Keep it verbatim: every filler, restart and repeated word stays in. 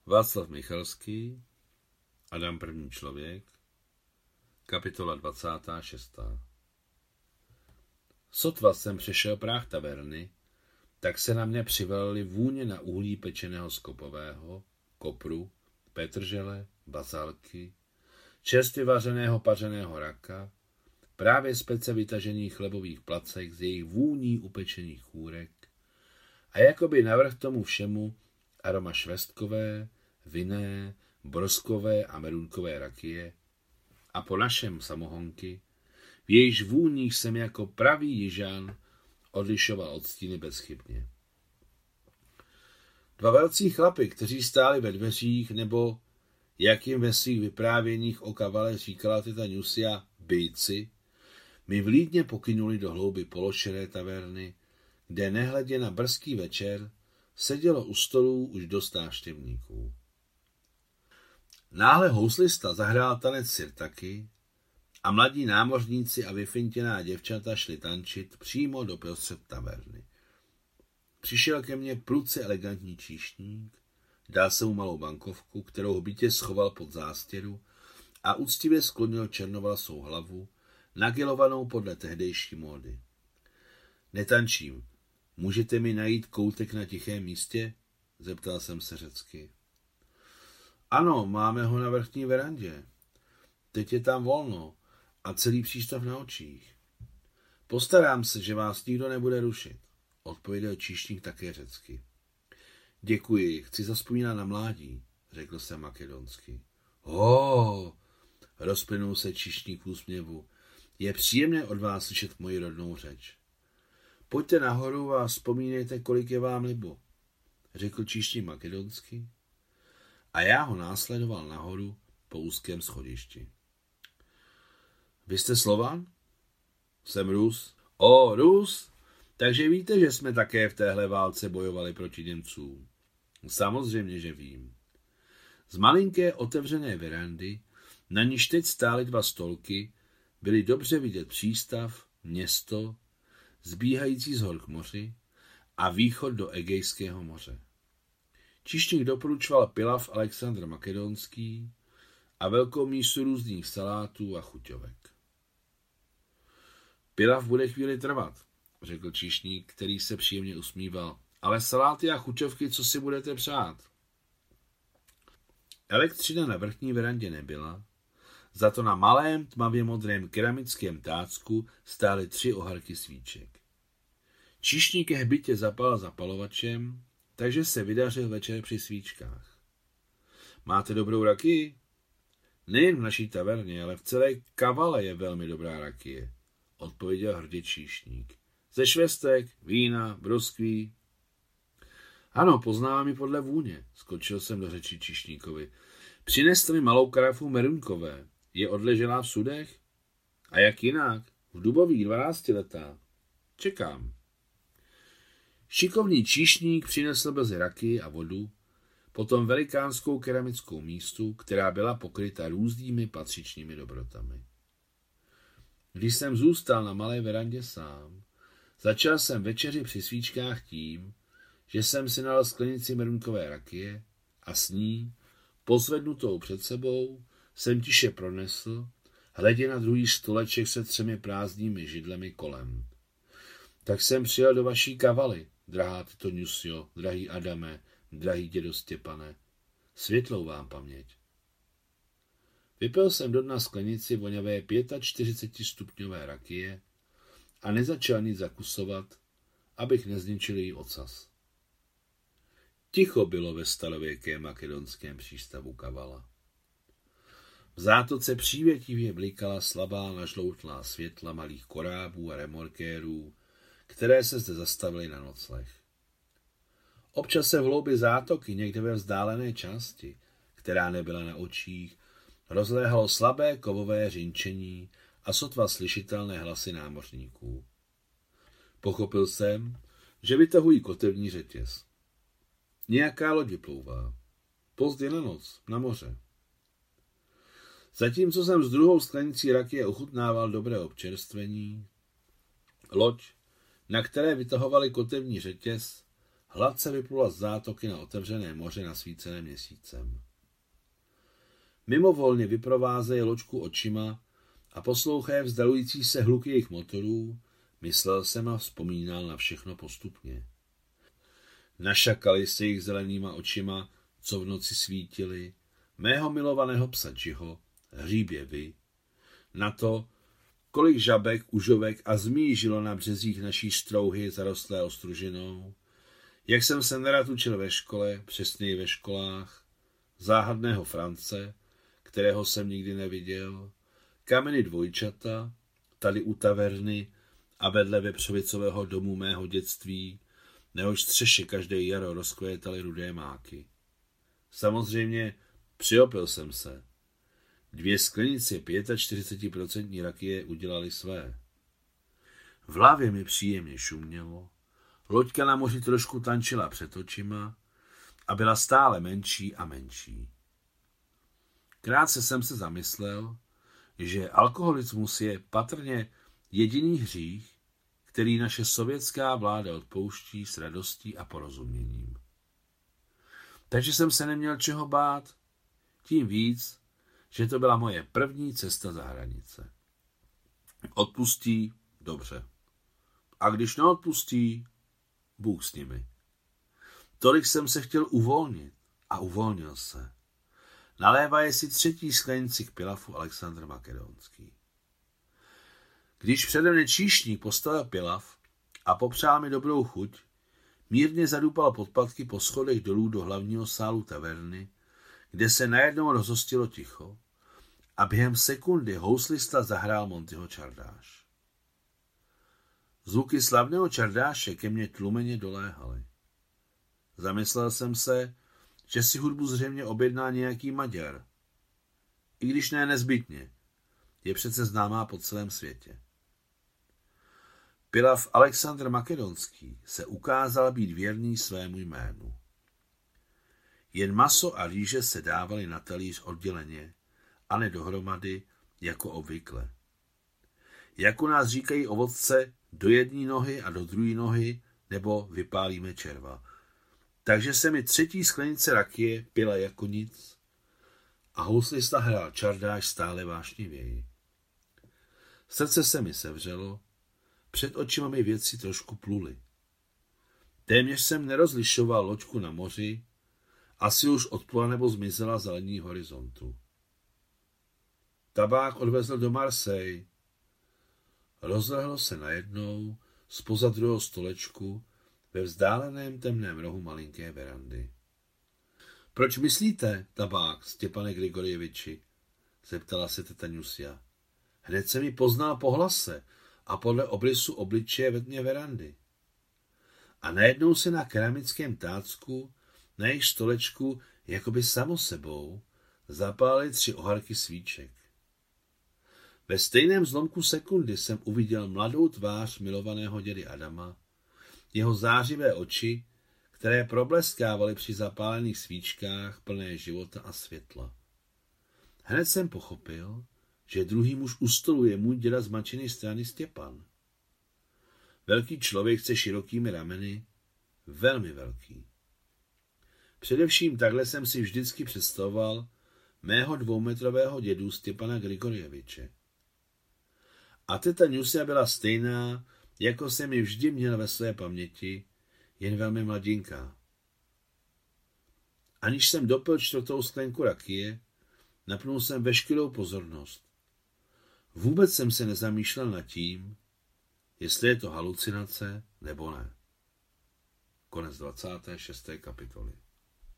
Václav Michalský, Adam první člověk, kapitola dvacátá šestá. Sotva jsem přešel práh taverny, tak se na mě přivalily vůně na uhlí pečeného skopového, kopru, petržele, bazalky, čerstvě vařeného pařeného raka, právě z pece vytažených chlebových placek z jejich vůní upečených chůrek a jakoby navrch tomu všemu aroma švestkové, vinné, broskové a merunkové rakie a po našem samohonky, v jejíž vůních jsem jako pravý jižan odlišoval od stíny bezchybně. Dva velcí chlapi, kteří stáli ve dveřích, nebo jak jim ve svých vyprávěních o kavale říkala teta Nusia, bejci, mi vlídně pokynuli do hlouby pološeré taverny, kde nehledě na brzký večer sedělo u stolů už dost návštěvníků. Náhle houslista zahrál tanec sirtaky a mladí námořníci a vyfintěná děvčata šli tančit přímo do prostřed taverny. Přišel ke mně prudce elegantní číšník, dal se mu malou bankovku, kterou hbitě schoval pod zástěru a úctivě sklonil černovlasou hlavu, nagilovanou podle tehdejší módy. Netančím. Můžete mi najít koutek na tichém místě? Zeptal jsem se řecky. Ano, máme ho na vrchní verandě. Teď je tam volno a celý přístav na očích. Postarám se, že vás nikdo nebude rušit, odpověděl číšník také řecky. Děkuji, chci zazpomínat na mládí, řekl jsem makedonsky. Ho, rozplynul se číšník v úsměvu. Je příjemné od vás slyšet moji rodnou řeč. Pojďte nahoru a vzpomínejte, kolik je vám libo, řekl číšník makedonsky a já ho následoval nahoru po úzkém schodišti. Vy jste Slovan? Jsem Rus. O, Rus? Takže víte, že jsme také v téhle válce bojovali proti Němcům. Samozřejmě, že vím. Z malinké otevřené verandy, na níž teď stály dva stolky, byly dobře vidět přístav, město, zbíhající z hor k moři a východ do Egejského moře. Číšník doporučoval pilav Alexandr Makedonský a velkou mísu různých salátů a chuťovek. Pilav bude chvíli trvat, řekl číšník, který se příjemně usmíval, ale saláty a chuťovky, co si budete přát? Elektřina na vrchní verandě nebyla, za to na malém tmavě modrém keramickém tácku stály tři oharky svíček. Číšník je hbitě zapal zapalovačem, takže se vydařil večer při svíčkách. Máte dobrou rakii? Nejen v naší taverně, ale v celé kavale je velmi dobrá rakie, odpověděl hrdě číšník. Ze švestek, vína, broskví. Ano, poznávám ji podle vůně, skočil jsem do řeči číšníkovi. Přineste mi malou karafu merunkové. Je odleželá v sudech? A jak jinak? V dubových dvanáctiletá. Čekám. Šikovný číšník přinesl brzy raky a vodu, potom velikánskou keramickou místu, která byla pokryta různými patřičnými dobrotami. Když jsem zůstal na malé verandě sám, začal jsem večeři při svíčkách tím, že jsem si nalil sklenici merunkové rakie a s ní, pozvednutou před sebou, jsem tiše pronesl, hledě na druhý stoleček se třemi prázdnými židlemi kolem. Tak jsem přijel do vaší kavaly, drahá tyto Nusio, drahý Adame, drahý dědo Stěpane. Světlou vám paměť. Vypil jsem do dna sklenici voňavé čtyřicetipětistupňové rakie a nezačal nic zakusovat, abych nezničil její ocas. Ticho bylo ve starověkém makedonském přístavu Kavala. V zátoce přívětivě blikala slabá nažloutlá světla malých korábů a remorkérů, které se zde zastavily na nocleh. Občas se v hloubi zátoky někde ve vzdálené části, která nebyla na očích, rozléhalo slabé kovové řinčení a sotva slyšitelné hlasy námořníků. Pochopil jsem, že vytahují kotevní řetěz. Nějaká loď vyplouvá. Pozdě na noc, na moře. Zatímco jsem s druhou sklenicí rakie ochutnával dobré občerstvení, loď, na které vytahovali kotevní řetěz, hladce vyplula z zátoky na otevřené moře nasvícené měsícem. Mimovolně vyprovázeje loďku očima a poslouchaje vzdalující se hluk jejich motorů, myslel jsem a vzpomínal na všechno postupně. Našakali se jich zelenýma očima, co v noci svítili, mého milovaného psa Jiho, hříbě vy, na to, kolik žabek, užovek a zmí žilo na březích naší strouhy zarostlé ostružinou, jak jsem se nerad učil ve škole, přesněji ve školách, záhadného France, kterého jsem nikdy neviděl, kameny dvojčata, tady u taverny a vedle vepřovicového domu mého dětství, nehož střeše každé jaro rozkvétaly rudé máky. Samozřejmě přiopil jsem se. Dvě sklenice čtyřicet pět procent rakie udělali své. V hlavě mi příjemně šumělo, loďka na moři trošku tančila před očima a byla stále menší a menší. Krátce jsem se zamyslel, že alkoholismus je patrně jediný hřích, který naše sovětská vláda odpouští s radostí a porozuměním. Takže jsem se neměl čeho bát, tím víc, že to byla moje první cesta za hranice. Odpustí, dobře. A když neodpustí, Bůh s nimi. Tolik jsem se chtěl uvolnit a uvolnil se. Nalévaje si třetí sklenici k pilafu Alexandr Makedonský. Když přede mne číšník postavil pilav a popřál mi dobrou chuť, mírně zadupal podpatky po schodech dolů do hlavního sálu taverny, kde se najednou rozhostilo ticho a během sekundy houslista zahrál Montyho čardáš. Zvuky slavného čardáše ke mně tlumeně doléhaly. Zamyslel jsem se, že si hudbu zřejmě objedná nějaký Maďar. I když ne nezbytně, je přece známá po celém světě. Pilav Alexandr Makedonský se ukázal být věrný svému jménu. Jen maso a rýže se dávaly na talíř odděleně a ne dohromady jako obvykle. Jak u nás říkají ovodce, do jedné nohy a do druhé nohy, nebo vypálíme červa. Takže se mi třetí sklenice rakie pila jako nic a houslista hrál čardáš stále vášnivěji. Srdce se mi sevřelo, před očima mi věci trošku pluly. Téměř jsem nerozlišoval loďku na moři, asi už odplula nebo zmizela za lení horizontu. Tabák odvezl do Marseille. Rozlehlo se najednou zpoza druhého stolečku ve vzdáleném temném rohu malinké verandy. Proč myslíte, tabák, Stěpane Grigorjeviči? Zeptala se teta Nusia. Hned se mi poznal po hlase a podle obrysu obličeje ve dně verandy. A najednou se na keramickém tácku, na jejich stolečku, jakoby samo sebou, zapálily tři oharky svíček. Ve stejném zlomku sekundy jsem uviděl mladou tvář milovaného dědy Adama, jeho zářivé oči, které probleskávaly při zapálených svíčkách plné života a světla. Hned jsem pochopil, že druhý muž u stolu je můj děda z matčiny strany Stěpan. Velký člověk se širokými rameny, velmi velký. Především takhle jsem si vždycky představoval mého dvoumetrového dědu Stěpana Grigorjeviče. A teta Nusia byla stejná, jako jsem ji vždy měl ve své paměti, jen velmi mladinká. Aniž jsem dopil čtvrtou sklenku rakie, napnul jsem veškerou pozornost. Vůbec jsem se nezamýšlel nad tím, jestli je to halucinace nebo ne. Konec dvacáté šesté kapitoly.